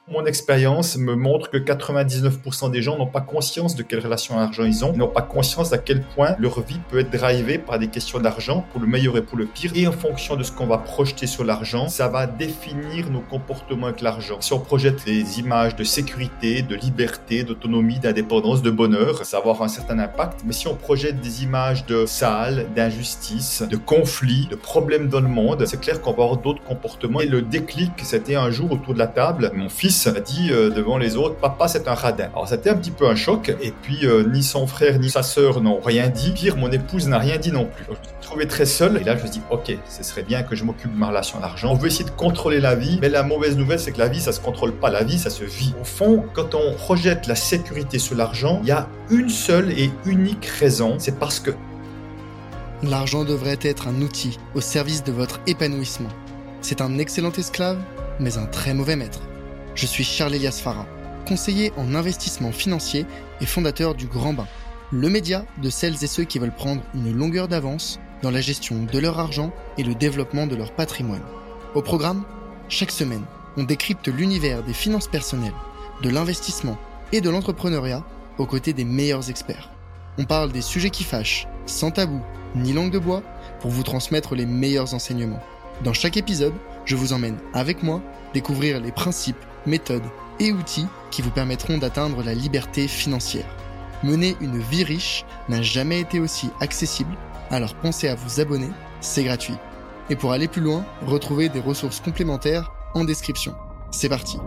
Mon expérience me montre que 99% des gens n'ont pas conscience de quelle relation à l'argent ils ont, n'ont pas conscience à quel point leur vie peut être drivée par des questions d'argent, pour le meilleur et pour le pire. Et en fonction de ce qu'on va projeter sur l'argent, ça va définir nos comportements avec l'argent. Si on projette des images de sécurité, de liberté, d'autonomie, d'indépendance, de bonheur, ça va avoir un certain impact. Mais si on projette des images de sale, d'injustice, de conflits, de problèmes dans le monde, c'est clair qu'on va avoir d'autres comportements. Et le déclic, c'était un jour autour de la table, mon fils a dit devant les autres, papa c'est un radin. Alors c'était un petit peu un choc, et puis ni son frère ni sa sœur n'ont rien dit. Pire, mon épouse n'a rien dit non plus. Je me suis trouvé très seul, et là je me suis dit, ok, ce serait bien que je m'occupe de ma relation à l'argent. On veut essayer de contrôler la vie, mais la mauvaise nouvelle c'est que la vie ça se contrôle pas, la vie ça se vit. Au fond, quand on projette la sécurité sur l'argent, il y a une seule et unique raison, c'est parce que l'argent devrait être un outil au service de votre épanouissement. C'est un excellent esclave, mais un très mauvais maître. Je suis Charles-Elias Farin, conseiller en investissement financier et fondateur du Grand Bain, le média de celles et ceux qui veulent prendre une longueur d'avance dans la gestion de leur argent et le développement de leur patrimoine. Au programme, chaque semaine, on décrypte l'univers des finances personnelles, de l'investissement et de l'entrepreneuriat aux côtés des meilleurs experts. On parle des sujets qui fâchent, sans tabou ni langue de bois, pour vous transmettre les meilleurs enseignements. Dans chaque épisode, je vous emmène avec moi découvrir les principes, méthodes et outils qui vous permettront d'atteindre la liberté financière. Mener une vie riche n'a jamais été aussi accessible, alors pensez à vous abonner, c'est gratuit. Et pour aller plus loin, retrouvez des ressources complémentaires en description. C'est parti.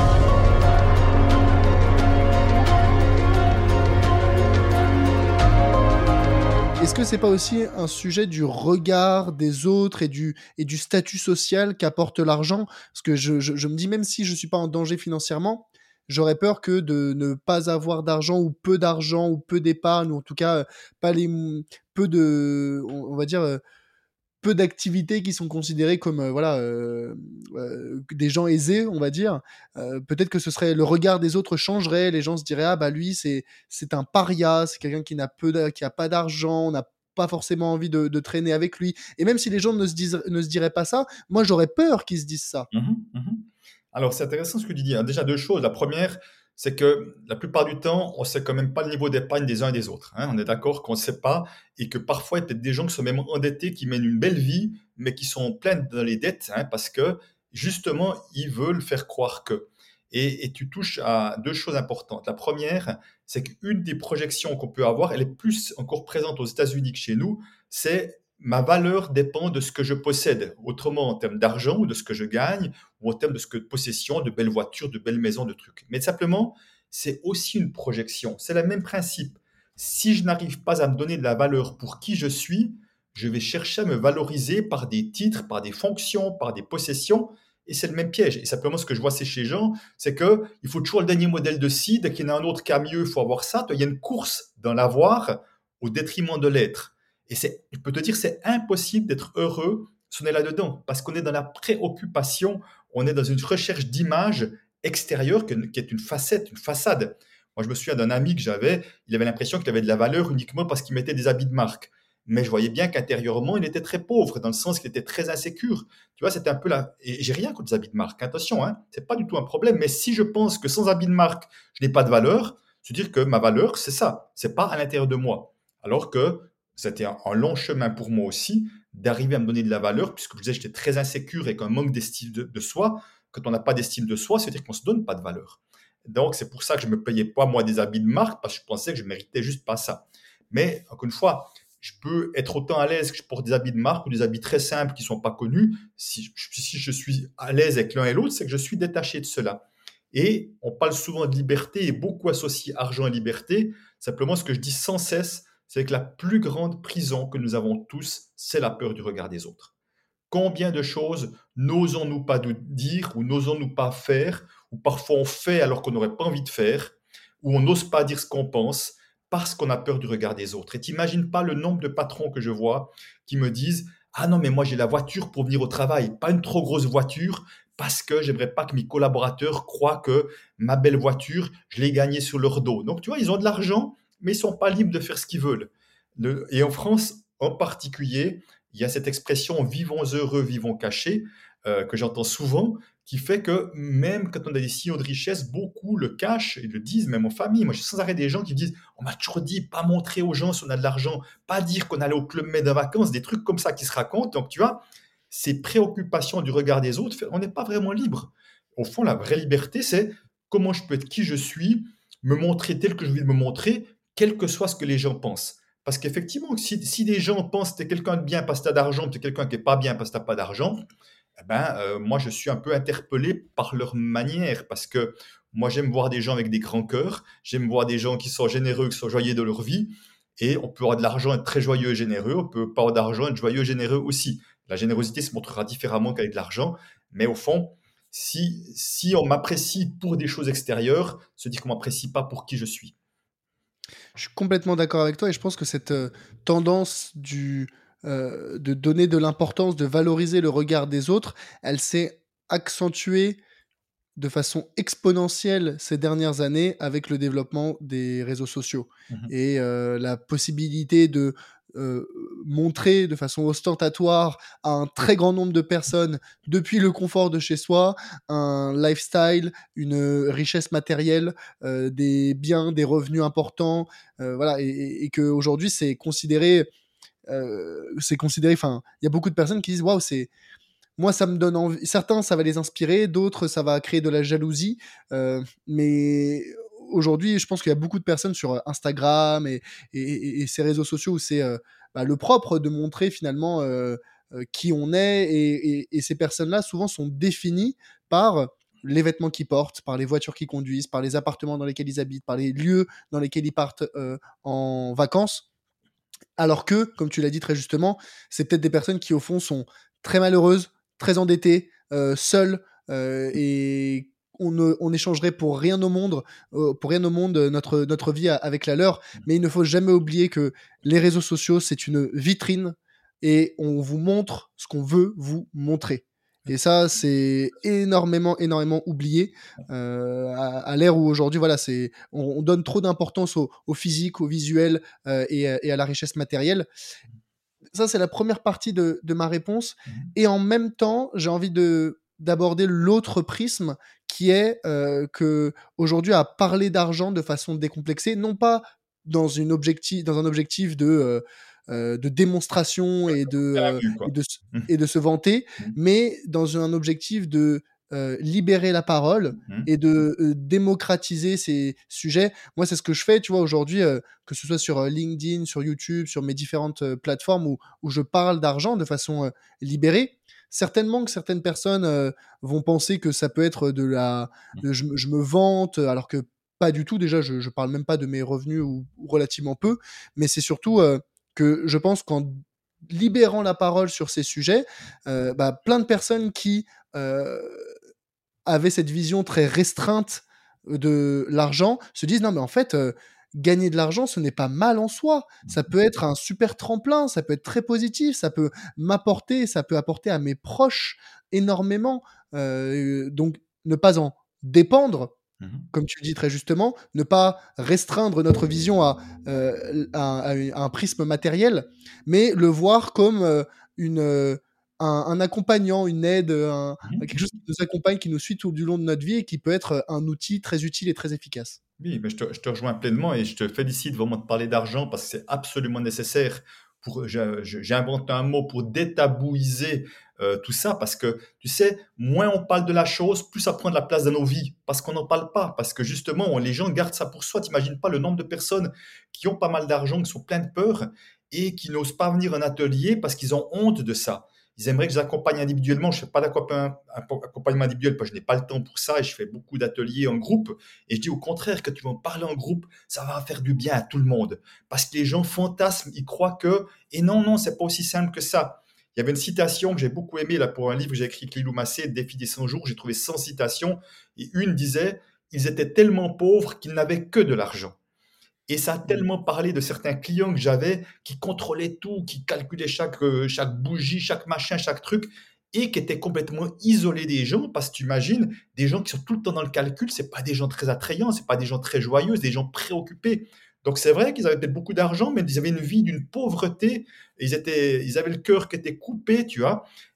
Est-ce que c'est pas aussi un sujet du regard des autres et du statut social qu'apporte l'argent ? Parce que je me dis, même si je suis pas en danger financièrement, j'aurais peur que de ne pas avoir d'argent ou peu d'épargne, ou en tout cas pas les peu de, on va dire peu d'activités qui sont considérées comme des gens aisés, on va dire. Peut-être que ce serait le regard des autres changerait, les gens se diraient ah bah lui c'est un paria, c'est quelqu'un qui a pas d'argent, on n'a pas forcément envie de traîner avec lui. Et même si les gens ne se diraient pas ça, moi j'aurais peur qu'ils se disent ça. Alors, c'est intéressant ce que tu dis. Déjà, deux choses. La première, c'est que la plupart du temps, on ne sait quand même pas le niveau d'épargne des uns et des autres. On est d'accord qu'on ne sait pas et que parfois, il y a peut-être des gens qui sont même endettés, qui mènent une belle vie, mais qui sont pleins dans les dettes parce que, justement, ils veulent faire croire que. Et tu touches à deux choses importantes. La première, c'est qu'une des projections qu'on peut avoir, elle est plus encore présente aux États-Unis que chez nous, c'est ma valeur dépend de ce que je possède. Autrement, en termes d'argent ou de ce que je gagne, ou en termes de ce que de possession, de belles voitures, de belles maisons, de trucs. Mais simplement, c'est aussi une projection. C'est le même principe. Si je n'arrive pas à me donner de la valeur pour qui je suis, je vais chercher à me valoriser par des titres, par des fonctions, par des possessions. Et c'est le même piège. Et simplement, ce que je vois chez les gens, c'est qu'il faut toujours le dernier modèle de ci. Dès qu'il y en a un autre qui a mieux, il faut avoir ça. Il y a une course dans l'avoir au détriment de l'être. Et je peux te dire, c'est impossible d'être heureux si on est là-dedans, parce qu'on est dans la préoccupation, on est dans une recherche d'image extérieure qui est une facette, une façade. Moi, je me souviens d'un ami que j'avais, il avait l'impression qu'il avait de la valeur uniquement parce qu'il mettait des habits de marque. Mais je voyais bien qu'intérieurement, il était très pauvre, dans le sens qu'il était très insécure. Tu vois, c'était un peu là. Et j'ai rien contre les habits de marque, attention, c'est pas du tout un problème. Mais si je pense que sans habits de marque, je n'ai pas de valeur, se dire que ma valeur, c'est ça, c'est pas à l'intérieur de moi. Alors que c'était un long chemin pour moi aussi d'arriver à me donner de la valeur, puisque je disais j'étais très insécure et qu'un manque d'estime de soi. Quand on n'a pas d'estime de soi, c'est-à-dire qu'on ne se donne pas de valeur. Donc, c'est pour ça que je ne me payais pas, moi, des habits de marque, parce que je pensais que je ne méritais juste pas ça. Mais, encore une fois, je peux être autant à l'aise que je porte des habits de marque ou des habits très simples qui ne sont pas connus. Si je suis à l'aise avec l'un et l'autre, c'est que je suis détaché de cela. Et on parle souvent de liberté et beaucoup associe argent et liberté. Simplement, ce que je dis sans cesse, c'est que la plus grande prison que nous avons tous, c'est la peur du regard des autres. Combien de choses n'osons-nous pas dire ou n'osons-nous pas faire, ou parfois on fait alors qu'on n'aurait pas envie de faire, ou on n'ose pas dire ce qu'on pense parce qu'on a peur du regard des autres. Et t'imagines pas le nombre de patrons que je vois qui me disent « Ah non, mais moi j'ai la voiture pour venir au travail, pas une trop grosse voiture, parce que j'aimerais pas que mes collaborateurs croient que ma belle voiture, je l'ai gagnée sur leur dos. » Donc tu vois, ils ont de l'argent, mais ils ne sont pas libres de faire ce qu'ils veulent. Et en France, en particulier, il y a cette expression « vivons heureux, vivons cachés » que j'entends souvent, qui fait que même quand on a des signaux de richesse, beaucoup le cachent et le disent, même en famille. Moi, j'ai sans arrêt des gens qui me disent, on m'a toujours dit, pas montrer aux gens si on a de l'argent, pas dire qu'on allait au Club Med en vacances, des trucs comme ça qui se racontent. Donc, tu vois, ces préoccupations du regard des autres, on n'est pas vraiment libre. Au fond, la vraie liberté, c'est comment je peux être qui je suis, me montrer tel que je veux me montrer, quel que soit ce que les gens pensent. Parce qu'effectivement, si des gens pensent que tu es quelqu'un de bien parce que tu as d'argent, tu es quelqu'un qui n'est pas bien parce que tu n'as pas d'argent, eh ben, moi, je suis un peu interpellé par leur manière parce que moi, j'aime voir des gens avec des grands cœurs, j'aime voir des gens qui sont généreux, qui sont joyeux de leur vie. Et on peut avoir de l'argent, être très joyeux et généreux, on peut pas avoir d'argent, être joyeux et généreux aussi. La générosité se montrera différemment qu'avec de l'argent, mais au fond, si on m'apprécie pour des choses extérieures, se dire qu'on m'apprécie pas pour qui je suis. Je suis complètement d'accord avec toi et je pense que cette tendance de donner de l'importance, de valoriser le regard des autres, elle s'est accentuée de façon exponentielle ces dernières années avec le développement des réseaux sociaux Mhm. et la possibilité de euh, montrer de façon ostentatoire à un très grand nombre de personnes depuis le confort de chez soi un lifestyle, une richesse matérielle, des biens, des revenus importants, voilà, et que aujourd'hui c'est considéré, enfin, il y a beaucoup de personnes qui disent waouh, c'est moi, ça me donne envie. Certains, ça va les inspirer, d'autres, ça va créer de la jalousie. Mais aujourd'hui, je pense qu'il y a beaucoup de personnes sur Instagram et ces réseaux sociaux où c'est le propre de montrer finalement qui on est. Et ces personnes-là, souvent, sont définies par les vêtements qu'ils portent, par les voitures qu'ils conduisent, par les appartements dans lesquels ils habitent, par les lieux dans lesquels ils partent en vacances. Alors que, comme tu l'as dit très justement, c'est peut-être des personnes qui, au fond, sont très malheureuses, très endettées, seules, et on échangerait pour rien au monde, notre vie avec la leur. Mais il ne faut jamais oublier que les réseaux sociaux, c'est une vitrine et on vous montre ce qu'on veut vous montrer. Et ça, c'est énormément, énormément oublié à l'ère où aujourd'hui, voilà, on donne trop d'importance au physique, au visuel, et à la richesse matérielle. Ça, c'est la première partie de ma réponse. Mhm. Et en même temps, j'ai envie d'aborder l'autre prisme qui est que aujourd'hui, à parler d'argent de façon décomplexée, non pas dans un objectif de démonstration À la vue, quoi. Mhm. et de se vanter, Mhm. mais dans un objectif de libérer la parole Mhm. et de démocratiser ces sujets. Moi, c'est ce que je fais, tu vois, aujourd'hui, que ce soit sur LinkedIn, sur YouTube, sur mes différentes plateformes où je parle d'argent de façon libérée. Certainement que certaines personnes vont penser que ça peut être je me vante, alors que pas du tout. Déjà, je parle même pas de mes revenus ou relativement peu, mais c'est surtout que je pense qu'en libérant la parole sur ces sujets, plein de personnes qui euh, avaient cette vision très restreinte de l'argent se disent non mais en fait gagner de l'argent ce n'est pas mal en soi, ça peut être un super tremplin, ça peut être très positif, ça peut apporter à mes proches énormément. Donc ne pas en dépendre, Mhm. comme tu le dis très justement, ne pas restreindre notre vision à un prisme matériel, mais le voir comme un accompagnant, une aide, quelque Mhm. chose qui nous accompagne, qui nous suit tout du long de notre vie et qui peut être un outil très utile et très efficace. Oui, mais je te rejoins pleinement et je te félicite vraiment de parler d'argent parce que c'est absolument nécessaire j'ai inventé un mot pour détabouiser tout ça parce que, tu sais, moins on parle de la chose, plus ça prend de la place dans nos vies parce qu'on n'en parle pas, parce que justement, les gens gardent ça pour soi. T'imagines pas le nombre de personnes qui ont pas mal d'argent, qui sont pleines de peur et qui n'osent pas venir en atelier parce qu'ils ont honte de ça. Ils aimeraient que je les accompagne individuellement. Je ne fais pas d'accompagnement individuel parce que je n'ai pas le temps pour ça et je fais beaucoup d'ateliers en groupe. Et je dis au contraire que tu vas en parler en groupe, ça va faire du bien à tout le monde. Parce que les gens fantasment, ils croient que, et non, non, c'est pas aussi simple que ça. Il y avait une citation que j'ai beaucoup aimée là, pour un livre que j'ai écrit avec Lilou Massé, Défi des 100 jours. J'ai trouvé 100 citations. Et une disait, ils étaient tellement pauvres qu'ils n'avaient que de l'argent. Et ça a Mm. tellement parlé de certains clients que j'avais qui contrôlaient tout, qui calculaient chaque bougie, chaque machin, chaque truc, et qui étaient complètement isolés des gens, parce que tu imagines, des gens qui sont tout le temps dans le calcul, c'est pas des gens très attrayants, c'est pas des gens très joyeux, c'est des gens préoccupés. Donc c'est vrai qu'ils avaient peut-être beaucoup d'argent, mais ils avaient une vie d'une pauvreté, ils avaient le cœur qui était coupé, tu vois.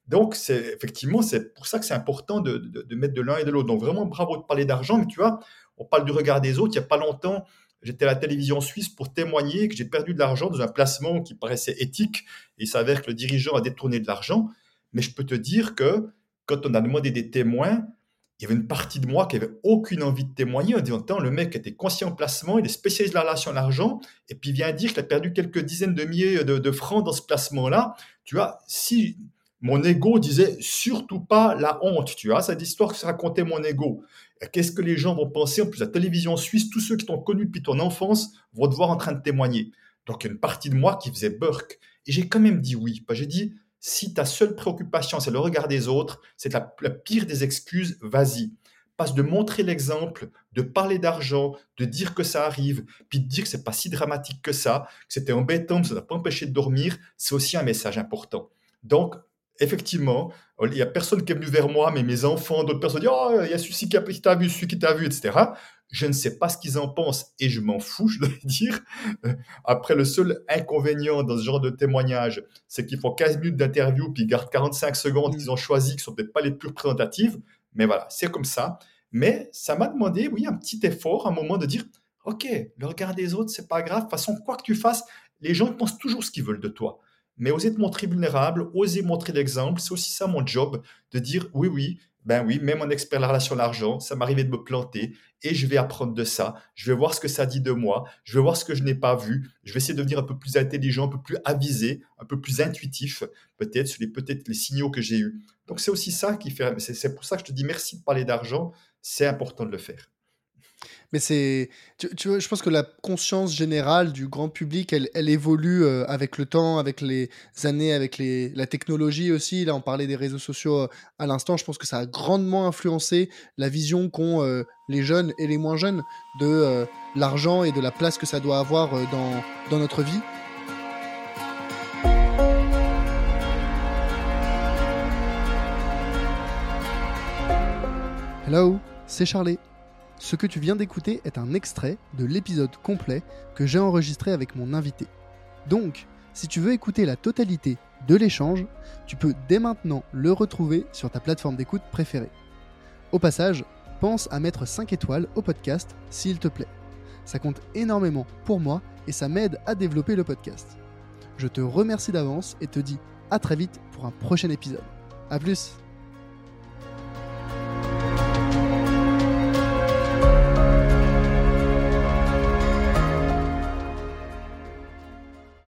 Donc, effectivement, c'est pour ça que c'est important de mettre de l'un et de l'autre. Donc, vraiment, bravo de parler d'argent. Mais tu vois, on parle du regard des autres. Il n'y a pas longtemps, j'étais à la télévision suisse pour témoigner que j'ai perdu de l'argent dans un placement qui paraissait éthique. Et il s'avère que le dirigeant a détourné de l'argent. Mais je peux te dire que quand on a demandé des témoins, il y avait une partie de moi qui avait aucune envie de témoigner en disant, attends, le mec était conscient au placement, il est spécialiste de la relation à l'argent, et puis il vient dire qu'il a perdu quelques dizaines de milliers de francs dans ce placement-là. Tu vois, si mon ego disait surtout pas la honte, tu vois, cette histoire que se racontait mon ego. Qu'est-ce que les gens vont penser? En plus, la télévision suisse, tous ceux qui t'ont connu depuis ton enfance vont te voir en train de témoigner. Donc, il y a une partie de moi qui faisait burk. Et j'ai quand même dit oui. J'ai dit, si ta seule préoccupation, c'est le regard des autres, c'est la pire des excuses, vas-y. Passe de montrer l'exemple, de parler d'argent, de dire que ça arrive, puis de dire que c'est pas si dramatique que ça, que c'était embêtant, mais ça ne t'a pas empêché de dormir, c'est aussi un message important. Donc, effectivement, il n'y a personne qui est venu vers moi, mais mes enfants, d'autres personnes disent, oh, il y a celui qui t'a vu, celui qui t'a vu, etc. Je ne sais pas ce qu'ils en pensent et je m'en fous, je dois dire. Après, le seul inconvénient dans ce genre de témoignage, c'est qu'ils font 15 minutes d'interview puis ils gardent 45 secondes qu'ils ont choisies, qui ne sont peut-être pas les plus représentatives. Mais voilà, c'est comme ça. Mais ça m'a demandé, oui, un petit effort, un moment de dire, OK, le regard des autres, c'est pas grave. De toute façon, quoi que tu fasses, les gens pensent toujours ce qu'ils veulent de toi. Mais oser te montrer vulnérable, oser montrer l'exemple, c'est aussi ça mon job, de dire oui, oui, ben oui, même en expert de la relation à l'argent, ça m'arrivait de me planter et je vais apprendre de ça. Je vais voir ce que ça dit de moi, je vais voir ce que je n'ai pas vu, je vais essayer de devenir un peu plus intelligent, un peu plus avisé, un peu plus intuitif, peut-être sur peut-être les signaux que j'ai eus. Donc c'est aussi ça qui fait, c'est pour ça que je te dis merci de parler d'argent, c'est important de le faire. Mais tu vois, je pense que la conscience générale du grand public, elle évolue avec le temps, avec les années, avec la technologie aussi. Là, on parlait des réseaux sociaux à l'instant. Je pense que ça a grandement influencé la vision qu'ont les jeunes et les moins jeunes de l'argent et de la place que ça doit avoir dans notre vie. Hello, c'est Charlie. Ce que tu viens d'écouter est un extrait de l'épisode complet que j'ai enregistré avec mon invité. Donc, si tu veux écouter la totalité de l'échange, tu peux dès maintenant le retrouver sur ta plateforme d'écoute préférée. Au passage, pense à mettre 5 étoiles au podcast s'il te plaît. Ça compte énormément pour moi et ça m'aide à développer le podcast. Je te remercie d'avance et te dis à très vite pour un prochain épisode. À plus!